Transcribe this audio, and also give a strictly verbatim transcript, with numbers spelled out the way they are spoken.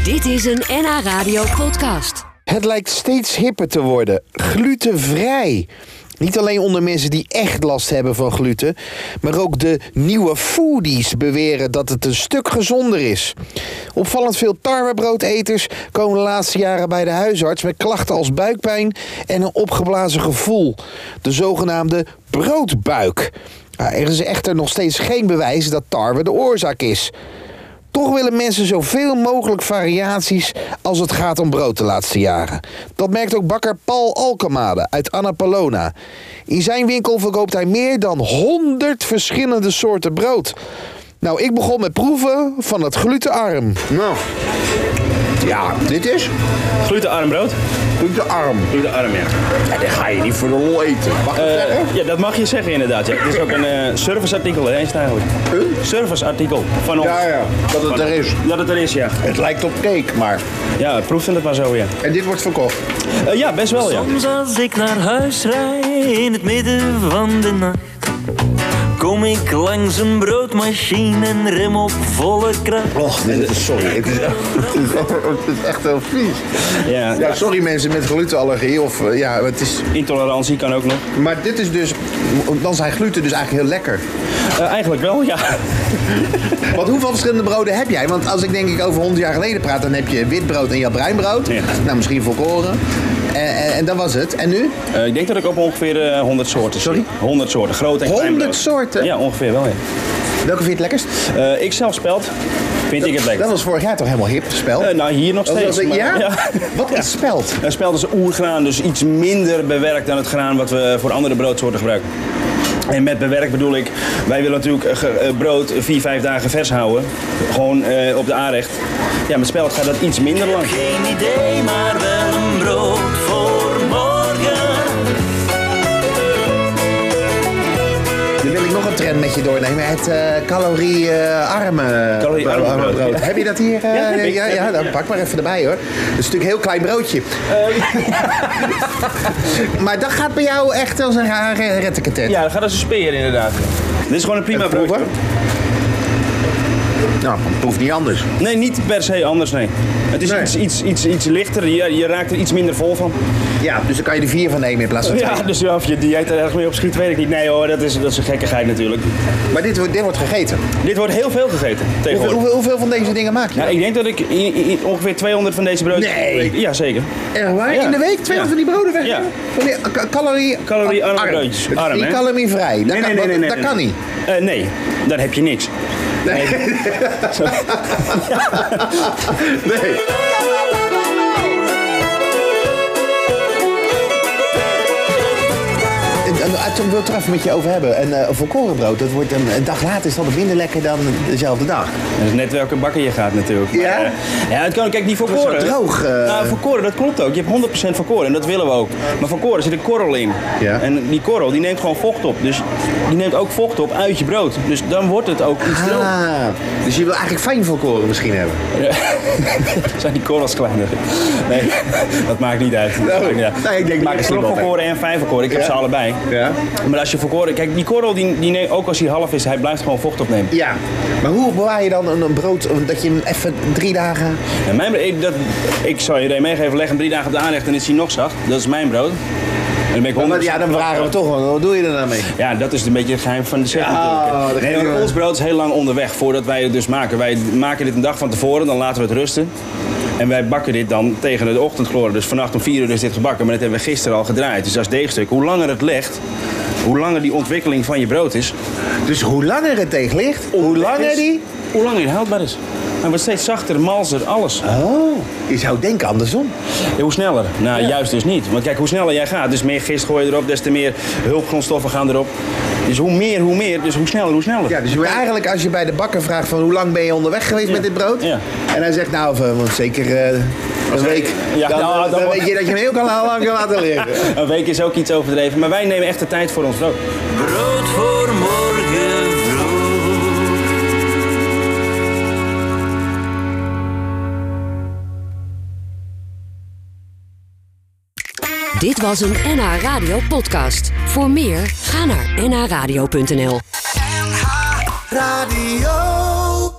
Dit is een N H Radio podcast. Het lijkt steeds hipper te worden. Glutenvrij. Niet alleen onder mensen die echt last hebben van gluten, maar ook de nieuwe foodies beweren dat het een stuk gezonder is. Opvallend veel tarwebroodeters komen de laatste jaren bij de huisarts met klachten als buikpijn en een opgeblazen gevoel. De zogenaamde broodbuik. Er is echter nog steeds geen bewijs dat tarwe de oorzaak is. Toch willen mensen zoveel mogelijk variaties als het gaat om brood de laatste jaren. Dat merkt ook bakker Paul Alkemade uit Annapolona. In zijn winkel verkoopt hij meer dan honderd verschillende soorten brood. Nou, ik begon met proeven van het glutenarm. Nou, ja, dit is Glutenarm brood? glutenarm. Glutenarm, ja. Ja, dat ga je niet voor de lol eten. Mag ik Uh, zeggen? ja, dat mag je zeggen inderdaad. Ja. Het is ook een uh, serviceartikel, hè, is het eigenlijk. Een? Serviceartikel van ons. Ja, ja, dat het er is. Dat het er is, ja. Het lijkt op cake, maar... Ja, proef het maar zo, ja. En dit wordt verkocht. Uh, ja, best wel, ja. Soms als ik naar huis rijd in het midden van de nacht, kom ik langs een broodmachine en rem op volle kracht. Och, dit is, sorry. Het is, echt, het, is echt, het is echt heel vies. Ja, Ja, sorry mensen met glutenallergie. Of, uh, ja, het is, intolerantie kan ook nog. maar dit is dus... Dan zijn gluten dus eigenlijk heel lekker. Uh, eigenlijk wel, ja. Want hoeveel verschillende broden heb jij? Want als ik denk ik over honderd jaar geleden praat, dan heb je wit brood en je had bruin brood. Ja. Nou, misschien volkoren. En, en, en dat was het. En nu? Uh, ik denk dat ik op ongeveer uh, honderd soorten Sorry? zit. honderd soorten, groot en klein brood. honderd soorten? Ja, ongeveer wel, ja. Welke vind je het lekkerst? Uh, ik zelf speld, vind ik het lekker. Dat was vorig jaar toch helemaal hip, speld? Uh, nou, hier nog Dat steeds. was- maar- ja? Wat is speld? Een speld is oergraan, dus iets minder bewerkt dan het graan wat we voor andere broodsoorten gebruiken. En met bewerkt bedoel ik, wij willen natuurlijk uh, ge- uh, brood vier, vijf dagen vers houden. Gewoon uh, op de aanrecht. Ja, met speld gaat dat iets minder lang. Geen idee, maar wel een brood voor morgen. Dan wil ik nog een trend met je doornemen. Het uh, calorie-arme Calorie-arme brood. brood. Heb je dat hier? Uh, Ja, heb ik. ja, ja, dan pak maar even erbij hoor. Dat is natuurlijk een heel klein broodje. Maar dat gaat bij jou echt als een rare rettekatet. Ja, dat gaat als een speer inderdaad. Dit is gewoon een prima Even broodje. proeven. Nou, het proeft niet anders. Nee, niet per se anders, nee. Het is Nee. iets, iets, iets, iets lichter, je, je raakt er iets minder vol van. Ja, dus dan kan je er vier van nemen in plaats van twee. Ja, dus ja, of je dieet er erg mee op schiet, weet ik niet. Nee hoor, dat is, dat is een gekkigheid natuurlijk. Maar dit, wordt- dit wordt gegeten. Dit wordt heel veel gegeten, Hoeveel, tegenwoordig. hoeveel, hoeveel van deze dingen maak je? Ja, dan? ik denk dat ik i- i- ongeveer tweehonderd van deze broodjes... Nee. Ja, zeker. Echt waar? Ja. In de week tweehonderd Ja. van die broden weg? Ja. Van die ca- calorie... Caloriearme arm. broodjes. Het is Arm, niet hè? calorievrij. Dat, Nee, kan, nee, nee, nee, nee, dat nee. kan niet. Uh, nee, dan heb je niks. Nee. nee. En, en, toen wil ik het er even met je over hebben. En uh, volkorenbrood, dat wordt een, een dag later is dat minder lekker dan dezelfde dag. Dat is net welke bakker je gaat natuurlijk. Maar, Ja? uh, ja, het kan, kijk, die wordt volkoren... zo droog, uh. Nou, volkoren, dat klopt ook. Je hebt honderd procent volkoren en dat willen we ook. Maar volkoren zit een korrel in. Ja. En die korrel, die neemt gewoon vocht op. Dus die neemt ook vocht op uit je brood. Dus dan wordt het ook iets droog. Ah, dus je wil eigenlijk fijn volkoren misschien hebben. Zijn die korrels kleiner? Nee, dat maakt niet uit. Dat maakt niet uit. Nee, ik denk, ik maak maak er een volkoren en fijn volkoren. Ik heb Ja. ze allebei. Ja. Maar als je volkoren... Kijk, die korrel, die, die neemt, ook als hij half is, hij blijft gewoon vocht opnemen. Ja, maar hoe bewaar je dan een, een brood dat je hem even drie dagen... En mijn, brood- dat, ik zal je er meegeven, leg hem drie dagen op de aanrecht en is hij nog zacht. Dat is mijn brood. En dan ben ik honderd Ja, dan vragen we toch wel, wat doe je er dan mee? Ja, dat is een beetje het geheim van de set Ja, natuurlijk. dat Nee, geeft maar wel. ons brood is heel lang onderweg voordat wij het dus maken. Wij maken dit een dag van tevoren, dan laten we het rusten. En wij bakken dit dan tegen de ochtendgloren. Dus vannacht om vier uur is dit gebakken, maar dat hebben we gisteren al gedraaid. Dus als deegstuk, hoe langer het legt, hoe langer die ontwikkeling van je brood is, Dus hoe langer het tegen ligt, hoe langer die... hoe langer het houdbaar is. Hij wordt steeds zachter, malser, alles. Oh, je zou denken andersom. Ja, hoe sneller? Nou, juist dus niet. Want kijk, hoe sneller jij gaat, dus meer gist gooi je erop, des te meer hulpgrondstoffen gaan erop. Dus hoe meer, hoe meer, dus hoe sneller, hoe sneller. Ja, dus je- eigenlijk als je bij de bakker vraagt van hoe lang ben je onderweg geweest met dit brood? Ja. En hij zegt nou, van, want zeker eh, een week. Ja, dan, nou, dan dan- weet je dat je hem heel kan lang kan laten liggen. Een week is ook iets overdreven, maar wij nemen echt de tijd voor ons brood. Brood voor morgen vroeg. Dit was een N H Radio podcast. Voor meer, ga naar n h radio punt n l. N H Radio.